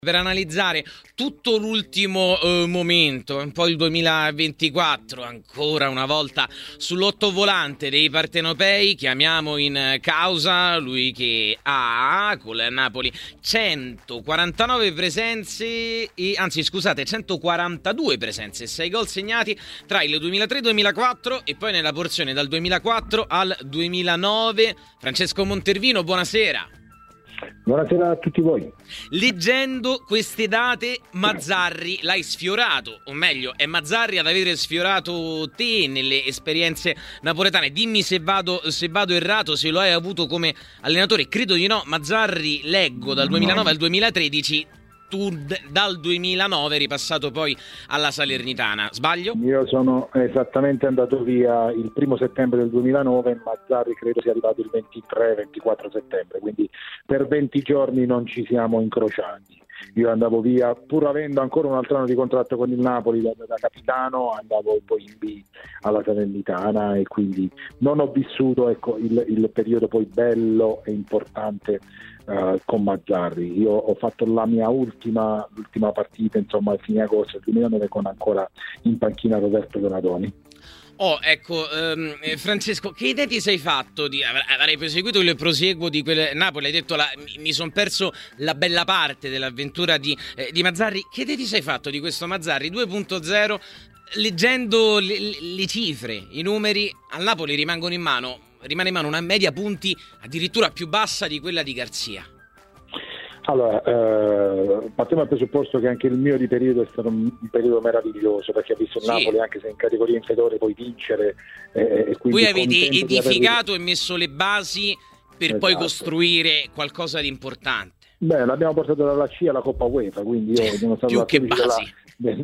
Per analizzare tutto l'ultimo momento, un po' il 2024, ancora una volta sull'ottovolante dei partenopei, chiamiamo in causa lui che ha con il Napoli 149 presenze, anzi scusate 142 presenze e 6 gol segnati tra il 2003-2004 e poi nella porzione dal 2004 al 2009. Francesco Montervino, buonasera. Buonasera a tutti voi. Leggendo queste date, Mazzarri l'hai sfiorato, o meglio, è Mazzarri ad avere sfiorato te nelle esperienze napoletane. Dimmi se vado errato, se lo hai avuto come allenatore. Credo di no. Mazzarri, leggo, dal 2009 al 2013, tu dal 2009 ripassato poi alla Salernitana. Sbaglio? Io sono esattamente andato via il 1 settembre del 2009 e Mazzarri credo sia arrivato il 23-24 settembre, quindi per 20 giorni non ci siamo incrociati. Io andavo via pur avendo ancora un altro anno di contratto con il Napoli da capitano, andavo poi in B alla Salernitana e quindi non ho vissuto il periodo poi bello e importante con Mazzarri. Io ho fatto la mia ultima partita insomma a fine agosto del 2009 con ancora in panchina Roberto Donadoni. Francesco, che idea ti sei fatto? Avrei proseguito il prosieguo di quel Napoli, hai detto mi sono perso la bella parte dell'avventura di Mazzarri. Che idea ti sei fatto di questo Mazzarri 2.0? Leggendo le cifre, i numeri, al Napoli rimane in mano una media punti addirittura più bassa di quella di Garzia. Allora, partiamo dal presupposto che anche il mio di periodo è stato un periodo meraviglioso, perché ha visto il Napoli, anche se in categoria inferiore, poi vincere. E quindi voi avete edificato e messo le basi per poi costruire qualcosa di importante. Beh, l'abbiamo portato dalla C alla Coppa UEFA, quindi io sono stato più che basi.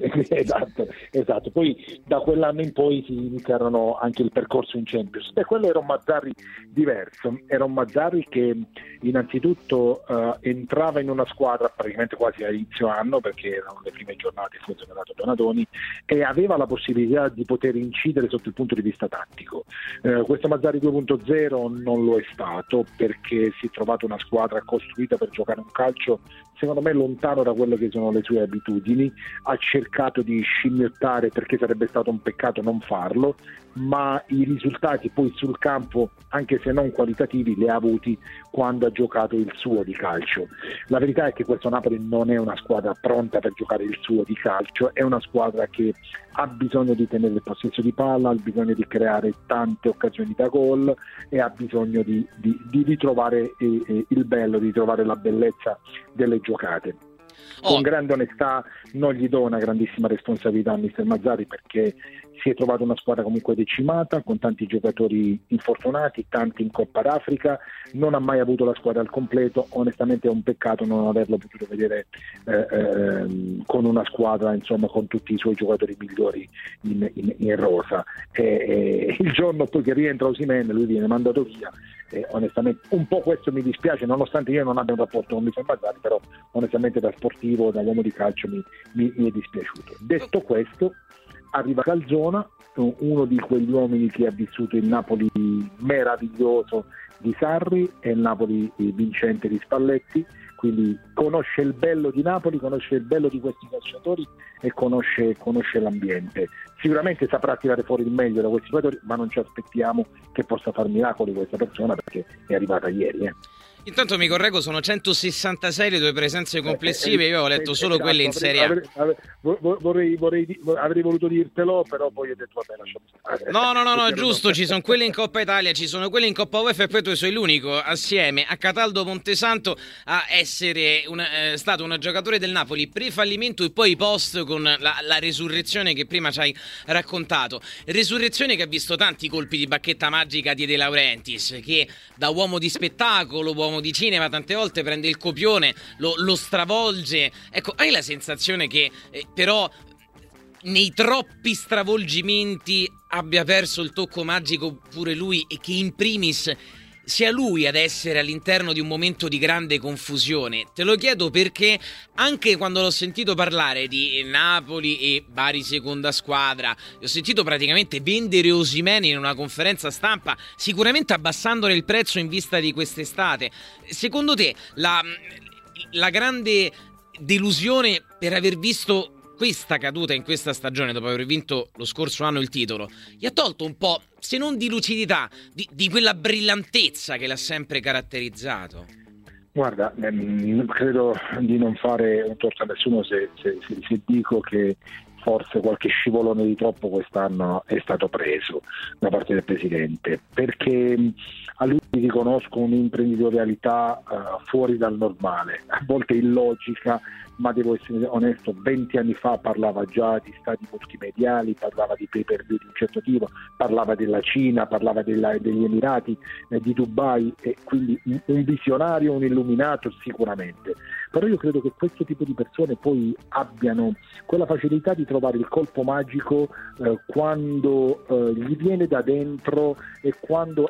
Esatto, poi da quell'anno in poi si iniziarono anche il percorso in Champions. Quello era un Mazzarri diverso, era un Mazzarri che innanzitutto entrava in una squadra praticamente quasi a inizio anno, perché erano le prime giornate, fu esonerato Donadoni, e aveva la possibilità di poter incidere sotto il punto di vista tattico. Questo Mazzarri 2.0 non lo è stato, perché si è trovato una squadra costruita per giocare un calcio secondo me lontano da quelle che sono le sue abitudini. Ha cercato di scimmiottare, perché sarebbe stato un peccato non farlo, ma i risultati poi sul campo, anche se non qualitativi, li ha avuti quando ha giocato il suo di calcio. La verità è che questo Napoli non è una squadra pronta per giocare il suo di calcio, è una squadra che ha bisogno di tenere il possesso di palla, ha bisogno di creare tante occasioni da gol e ha bisogno di ritrovare il bello, di trovare la bellezza delle giocate. Con grande onestà non gli do una grandissima responsabilità a mister Mazzarri, perché si è trovato una squadra comunque decimata, con tanti giocatori infortunati, tanti in Coppa d'Africa, non ha mai avuto la squadra al completo. Onestamente è un peccato non averlo potuto vedere con una squadra insomma con tutti i suoi giocatori migliori in rosa. Il giorno poi che rientra Osimhen lui viene mandato via. Onestamente un po' questo mi dispiace, nonostante io non abbia un rapporto con mister Mazzarri, però onestamente da sportivo, da uomo di calcio mi è dispiaciuto. Detto questo, arriva Calzona, uno di quegli uomini che ha vissuto il Napoli meraviglioso di Sarri e il Napoli vincente di Spalletti, quindi conosce il bello di Napoli, conosce il bello di questi calciatori e conosce l'ambiente. Sicuramente saprà tirare fuori il meglio da questi giocatori, ma non ci aspettiamo che possa far miracoli questa persona, perché è arrivata ieri. Intanto mi correggo, sono 166 le tue presenze complessive, io ho letto solo quelle in Serie A. Avrei voluto dirtelo, però poi ho detto vabbè, lasciamo stare. No, giusto, ci sono quelle in Coppa Italia, ci sono quelle in Coppa UEFA e poi tu sei l'unico assieme a Cataldo Montesanto a essere stato un giocatore del Napoli pre-fallimento e poi post, con la resurrezione che prima ci hai raccontato. Resurrezione che ha visto tanti colpi di bacchetta magica di De Laurentiis, che da uomo di spettacolo, uomo di cinema, tante volte prende il copione, lo stravolge. Ecco, hai la sensazione che però nei troppi stravolgimenti abbia perso il tocco magico pure lui, e che in primis sia lui ad essere all'interno di un momento di grande confusione? Te lo chiedo perché anche quando l'ho sentito parlare di Napoli e Bari seconda squadra, ho sentito praticamente vendere Osimhen in una conferenza stampa, sicuramente abbassandone il prezzo in vista di quest'estate. Secondo te la grande delusione per aver visto questa caduta in questa stagione, dopo aver vinto lo scorso anno il titolo, gli ha tolto un po', se non di lucidità, di quella brillantezza che l'ha sempre caratterizzato? Guarda, credo di non fare un torto a nessuno se dico che forse qualche scivolone di troppo quest'anno è stato preso da parte del Presidente, perché a lui riconosco un'imprenditorialità fuori dal normale, a volte illogica, ma devo essere onesto, 20 anni fa parlava già di stati multimediali, parlava di pay-per-view di un certo tipo, parlava della Cina, parlava degli Emirati, di Dubai, e quindi un visionario, un illuminato sicuramente. Però io credo che questo tipo di persone poi abbiano quella facilità di trovare il colpo magico quando gli viene da dentro e quando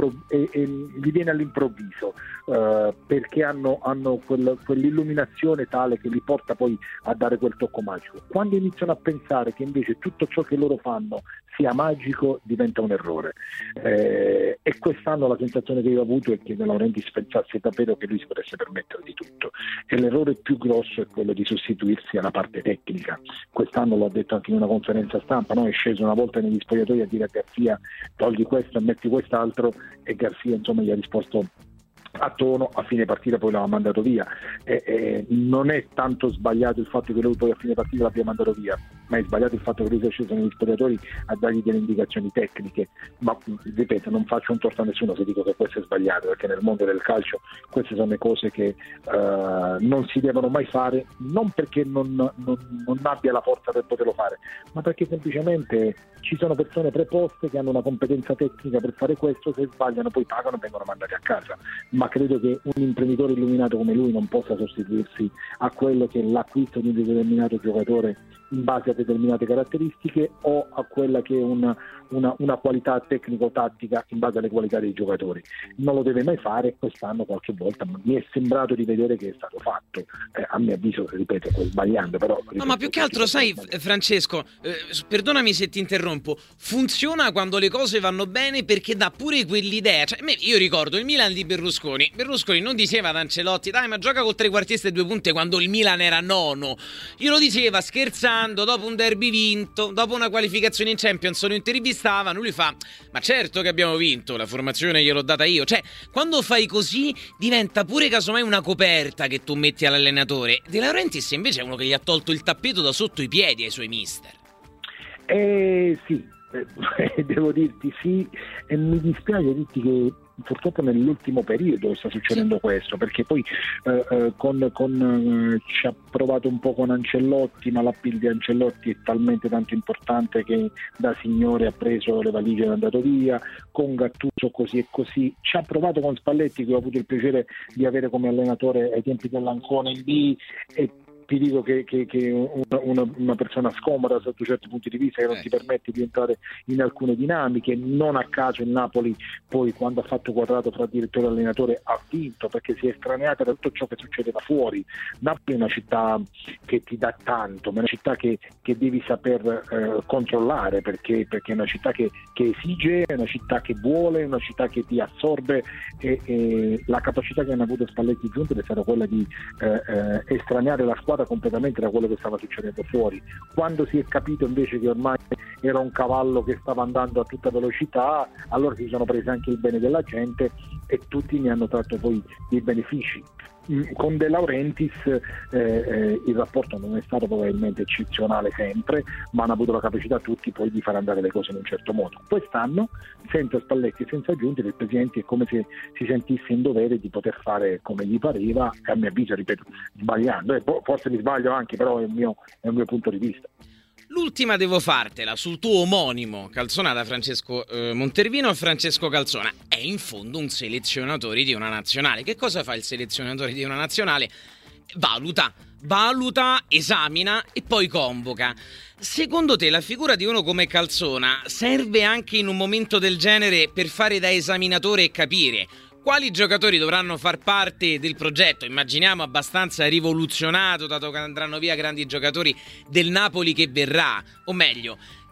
gli viene all'improvviso, perché hanno quell'illuminazione tale che li porta poi a dare quel tocco magico. Quando iniziano a pensare che invece tutto ciò che loro fanno sia magico, diventa un errore, e quest'anno la sensazione che io ho avuto è che De Laurentiis pensasse davvero che lui si potesse permettere di tutto, e l'errore più grosso è quello di sostituirsi alla parte tecnica. Quest'anno l'ho detto anche in una conferenza stampa, no? È sceso una volta negli spogliatoi a dire a Garcia togli questo e metti quest'altro, e Garcia insomma gli ha risposto a tono, a fine partita poi l'ha mandato via. Non è tanto sbagliato il fatto che lui poi a fine partita l'abbia mandato via, ma è sbagliato il fatto che lui sia sceso negli spogliatori a dargli delle indicazioni tecniche. Ma ripeto, non faccio un torto a nessuno se dico che questo è sbagliato, perché nel mondo del calcio queste sono le cose che non si devono mai fare, non perché non abbia la forza per poterlo fare, ma perché semplicemente ci sono persone preposte che hanno una competenza tecnica per fare questo. Se sbagliano poi pagano e vengono mandati a casa. Ma credo che un imprenditore illuminato come lui non possa sostituirsi a quello che è l'acquisto di un determinato giocatore in base a determinate caratteristiche, o a quella che è una qualità tecnico-tattica in base alle qualità dei giocatori. Non lo deve mai fare. Quest'anno qualche volta mi è sembrato di vedere che è stato fatto, a mio avviso, ripeto, sbagliando, però ripeto, no, ma più che altro sai, Francesco, perdonami se ti interrompo, funziona quando le cose vanno bene, perché dà pure quell'idea. Cioè, io ricordo il Milan di Berlusconi non diceva ad Ancelotti dai ma gioca col trequartista e 2 punte quando il Milan era nono, glielo diceva scherzando dopo un derby vinto, dopo una qualificazione in Champions, lo intervistavano, lui fa ma certo che abbiamo vinto, la formazione gliel'ho data io. Cioè, quando fai così diventa pure casomai una coperta che tu metti all'allenatore. De Laurentiis invece è uno che gli ha tolto il tappeto da sotto i piedi ai suoi mister. Sì, devo dirti sì, e mi dispiace dirti che purtroppo nell'ultimo periodo sta succedendo questo, perché poi ci ha provato un po' con Ancelotti, ma l'appeal di Ancelotti è talmente tanto importante che da signore ha preso le valigie ed è andato via. Con Gattuso così e così. Ci ha provato con Spalletti, che ho avuto il piacere di avere come allenatore ai tempi dell'Ancona in B, e ti dico che una persona scomoda sotto certi punti di vista, che non ti permette di entrare in alcune dinamiche. Non a caso il Napoli poi, quando ha fatto quadrato tra direttore e allenatore, ha vinto, perché si è estraneata da tutto ciò che succedeva fuori. Napoli è una città che ti dà tanto, ma è una città che devi saper controllare, perché è una città che esige, è una città che vuole, è una città che ti assorbe, e la capacità che hanno avuto Spalletti giunto è stata quella di estraneare la squadra completamente da quello che stava succedendo fuori. Quando si è capito invece che ormai era un cavallo che stava andando a tutta velocità, allora si sono presi anche il bene della gente e tutti ne hanno tratto poi dei benefici. Con De Laurentiis il rapporto non è stato probabilmente eccezionale sempre, ma hanno avuto la capacità tutti poi di far andare le cose in un certo modo. Quest'anno, senza Spalletti e senza Giunti, il Presidente è come se si sentisse in dovere di poter fare come gli pareva, e a mio avviso, ripeto, sbagliando. Forse mi sbaglio anche, però è il mio punto di vista. L'ultima devo fartela sul tuo omonimo, Calzona, da Francesco Montervino a Francesco Calzona. È in fondo un selezionatore di una nazionale. Che cosa fa il selezionatore di una nazionale? Valuta, esamina e poi convoca. Secondo te la figura di uno come Calzona serve anche in un momento del genere per fare da esaminatore e capire quali giocatori dovranno far parte del progetto? Immaginiamo abbastanza rivoluzionato, dato che andranno via grandi giocatori del Napoli che verrà, o meglio,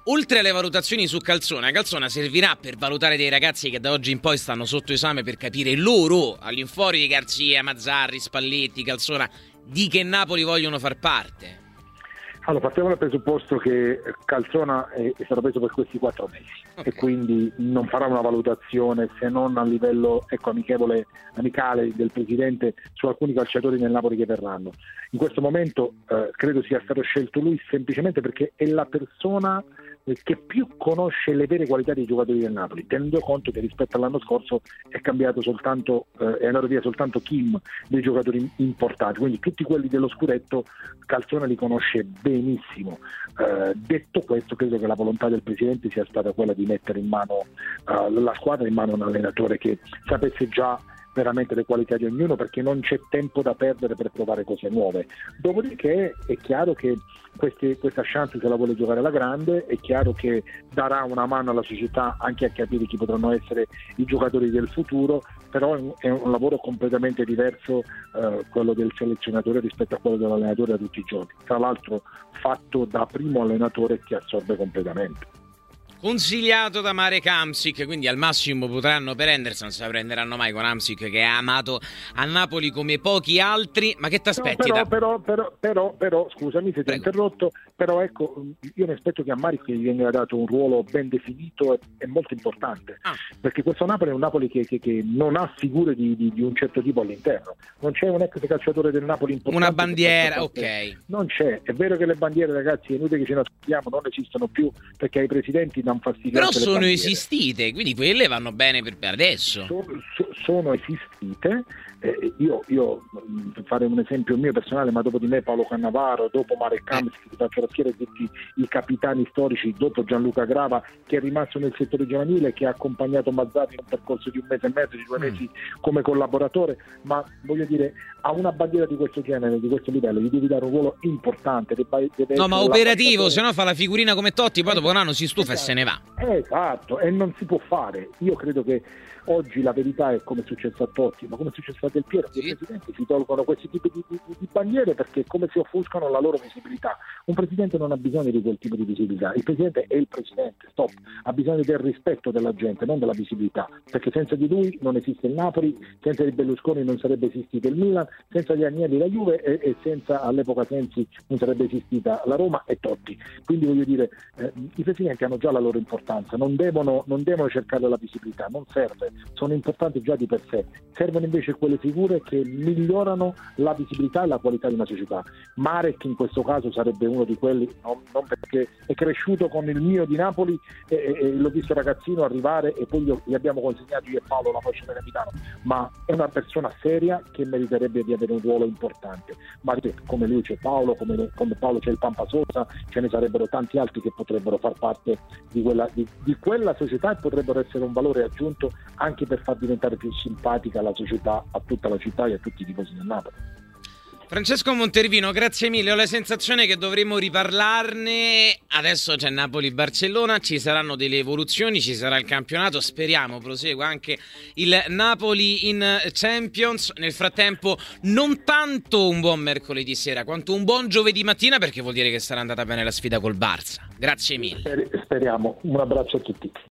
oltre alle valutazioni su Calzona servirà per valutare dei ragazzi che da oggi in poi stanno sotto esame, per capire loro, all'infuori di Garzia, Mazzarri, Spalletti, Calzona, di che Napoli vogliono far parte. Allora, partiamo dal presupposto che Calzona è stato preso per questi 4 mesi, okay, e quindi non farà una valutazione, se non a livello amicale del presidente, su alcuni calciatori nel Napoli che verranno. In questo momento credo sia stato scelto lui semplicemente perché è la persona che più conosce le vere qualità dei giocatori del Napoli, tenendo conto che rispetto all'anno scorso è cambiato soltanto, è andato via soltanto Kim dei giocatori importati, quindi tutti quelli dello scudetto Calzona li conosce benissimo. Detto questo, credo che la volontà del presidente sia stata quella di mettere in mano la squadra, in mano a un allenatore che sapesse già veramente le qualità di ognuno, perché non c'è tempo da perdere per provare cose nuove. Dopodiché è chiaro che questa chance se la vuole giocare alla grande, è chiaro che darà una mano alla società anche a capire chi potranno essere i giocatori del futuro, però è un lavoro completamente diverso quello del selezionatore rispetto a quello dell'allenatore da tutti i giorni, tra l'altro fatto da primo allenatore che assorbe completamente. Consigliato da Marek Hamsik, quindi al massimo potranno prendere, non se la prenderanno mai con Hamsik, che ha amato a Napoli come pochi altri. Ma che ti aspetti? Però scusami se ti ho interrotto, però ecco, io mi aspetto che a Marek gli venga dato un ruolo ben definito e molto importante, perché questo Napoli è un Napoli che non ha figure di un certo tipo all'interno, non c'è un ex calciatore del Napoli importante, una bandiera, ok, non c'è. È vero che le bandiere, ragazzi, è inutile che ce ne nascondiamo, non esistono più, perché ai presidenti danno fastidio. Però sono esistite, quindi quelle vanno bene per adesso. Sono esistite. Io fare un esempio mio personale, ma dopo di me Paolo Cannavaro, dopo Marek Hamsik, ti faccio la schiera di tutti i capitani storici, dopo Gianluca Grava, che è rimasto nel settore giovanile, che ha accompagnato Mazzarri in un percorso di 1 mese e mezzo, di 2 mesi come collaboratore, ma voglio dire, a una bandiera di questo genere, di questo livello, gli devi dare un ruolo importante. No, ma operativo, se no fa la figurina come Totti, poi dopo un anno si stufa e se ne va. Esatto, e non si può fare. Io credo che oggi la verità è come è successo a Totti, ma come è successo a Del Piero, che i presidenti si tolgono questi tipi di bandiere perché come si offuscano la loro visibilità. Un presidente non ha bisogno di quel tipo di visibilità, il presidente è il presidente, stop, ha bisogno del rispetto della gente, non della visibilità, perché senza di lui non esiste il Napoli, senza di Berlusconi non sarebbe esistito il Milan, senza gli Agnelli la Juve e senza all'epoca Sensi non sarebbe esistita la Roma e Totti. Quindi voglio dire, i presidenti hanno già la loro importanza, non devono cercare la visibilità, non serve, sono importanti già di per sé, servono invece quelle figure che migliorano la visibilità e la qualità di una società. Marek in questo caso sarebbe uno di quelli, non perché è cresciuto con il mio di Napoli e l'ho visto ragazzino arrivare e poi gli abbiamo consegnato io e Paolo la fascia da capitano, ma è una persona seria che meriterebbe di avere un ruolo importante. Ma come lui c'è Paolo, come Paolo c'è il Pampa Sosa, ce ne sarebbero tanti altri che potrebbero far parte di quella società e potrebbero essere un valore aggiunto anche per far diventare più simpatica la società a tutta la città e a tutti i tifosi del Napoli. Francesco Montervino, grazie mille. Ho la sensazione che dovremo riparlarne. Adesso c'è Napoli-Barcellona, ci saranno delle evoluzioni, ci sarà il campionato, speriamo prosegua anche il Napoli in Champions. Nel frattempo non tanto un buon mercoledì sera quanto un buon giovedì mattina, perché vuol dire che sarà andata bene la sfida col Barça. Grazie mille. Speriamo. Un abbraccio a tutti.